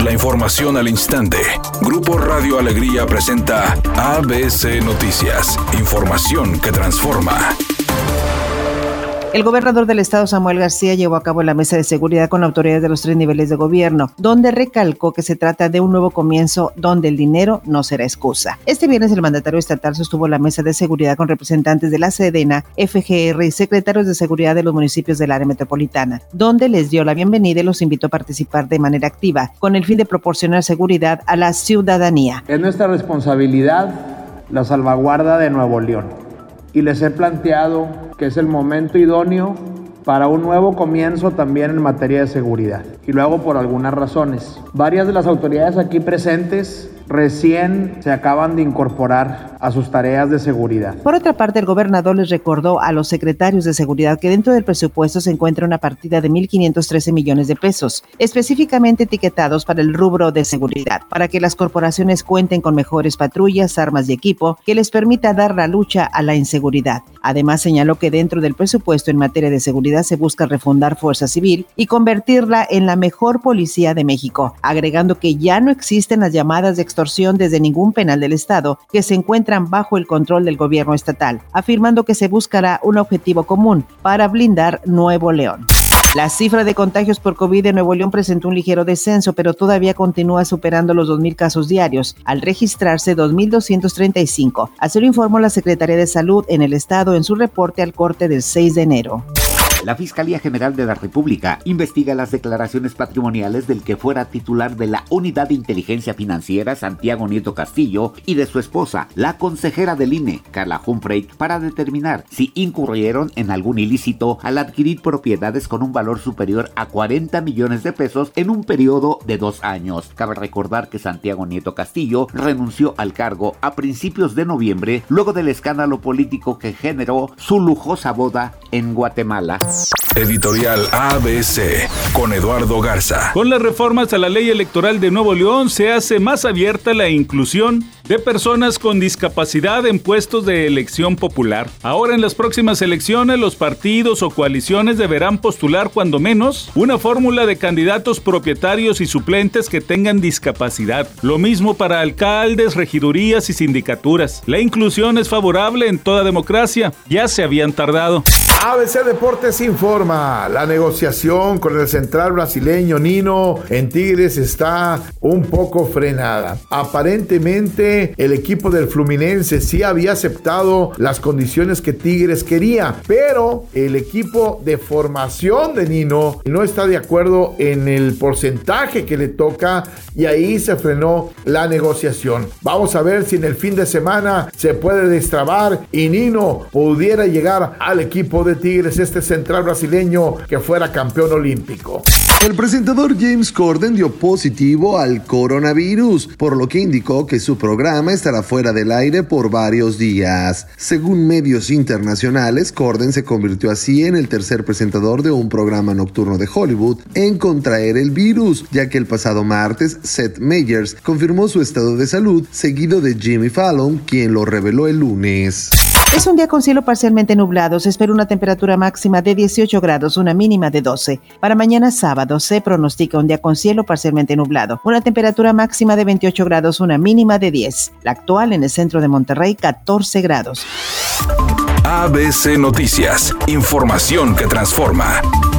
La información al instante. Grupo Radio Alegría presenta ABC Noticias. Información que transforma. El gobernador del estado, Samuel García, llevó a cabo la mesa de seguridad con autoridades de los 3 niveles de gobierno, donde recalcó que se trata de un nuevo comienzo donde el dinero no será excusa. Este viernes el mandatario estatal sostuvo la mesa de seguridad con representantes de la Sedena, FGR y secretarios de seguridad de los municipios del área metropolitana, donde les dio la bienvenida y los invitó a participar de manera activa, con el fin de proporcionar seguridad a la ciudadanía. Es nuestra responsabilidad la salvaguarda de Nuevo León. Y les he planteado que es el momento idóneo para un nuevo comienzo también en materia de seguridad. Y lo hago por algunas razones. Varias de las autoridades aquí presentes recién se acaban de incorporar a sus tareas de seguridad. Por otra parte, el gobernador les recordó a los secretarios de seguridad que dentro del presupuesto se encuentra una partida de 1.513 millones de pesos, específicamente etiquetados para el rubro de seguridad, para que las corporaciones cuenten con mejores patrullas, armas y equipo que les permita dar la lucha a la inseguridad. Además, señaló que dentro del presupuesto en materia de seguridad se busca refundar Fuerza Civil y convertirla en la mejor policía de México, agregando que ya no existen las llamadas de extorsión desde ningún penal del estado que se encuentran bajo el control del gobierno estatal, afirmando que se buscará un objetivo común para blindar Nuevo León. La cifra de contagios por COVID en Nuevo León presentó un ligero descenso, pero todavía continúa superando los 2,000 casos diarios, al registrarse 2,235. Así lo informó la Secretaría de Salud en el estado en su reporte al corte del 6 de enero. La Fiscalía General de la República investiga las declaraciones patrimoniales del que fuera titular de la Unidad de Inteligencia Financiera, Santiago Nieto Castillo, y de su esposa, la consejera del INE, Carla Humphrey, para determinar si incurrieron en algún ilícito al adquirir propiedades con un valor superior a 40 millones de pesos en un periodo de 2 años. Cabe recordar que Santiago Nieto Castillo renunció al cargo a principios de noviembre, luego del escándalo político que generó su lujosa boda en Guatemala. Editorial ABC con Eduardo Garza. Con las reformas a la ley electoral de Nuevo León se hace más abierta la inclusión de personas con discapacidad en puestos de elección popular. Ahora en las próximas elecciones los partidos o coaliciones deberán postular cuando menos una fórmula de candidatos propietarios y suplentes que tengan discapacidad. Lo mismo para alcaldes, regidurías y sindicaturas. La inclusión es favorable en toda democracia. Ya se habían tardado. ABC Deportes informa, la negociación con el central brasileño Nino en Tigres está un poco frenada. Aparentemente el equipo del Fluminense sí había aceptado las condiciones que Tigres quería, pero el equipo de formación de Nino no está de acuerdo en el porcentaje que le toca y ahí se frenó la negociación. Vamos a ver si en el fin de semana se puede destrabar y Nino pudiera llegar al equipo de Tigres, este central brasileño que fuera campeón olímpico. El presentador James Corden dio positivo al coronavirus, por lo que indicó que su programa estará fuera del aire por varios días. Según medios internacionales, Corden se convirtió así en el tercer presentador de un programa nocturno de Hollywood en contraer el virus, ya que el pasado martes Seth Meyers confirmó su estado de salud, seguido de Jimmy Fallon, quien lo reveló el lunes. Es un día con cielo parcialmente nublado. Se espera una temperatura máxima de 18 grados, una mínima de 12. Para mañana sábado se pronostica un día con cielo parcialmente nublado. Una temperatura máxima de 28 grados, una mínima de 10. La actual en el centro de Monterrey, 14 grados. ABC Noticias. Información que transforma.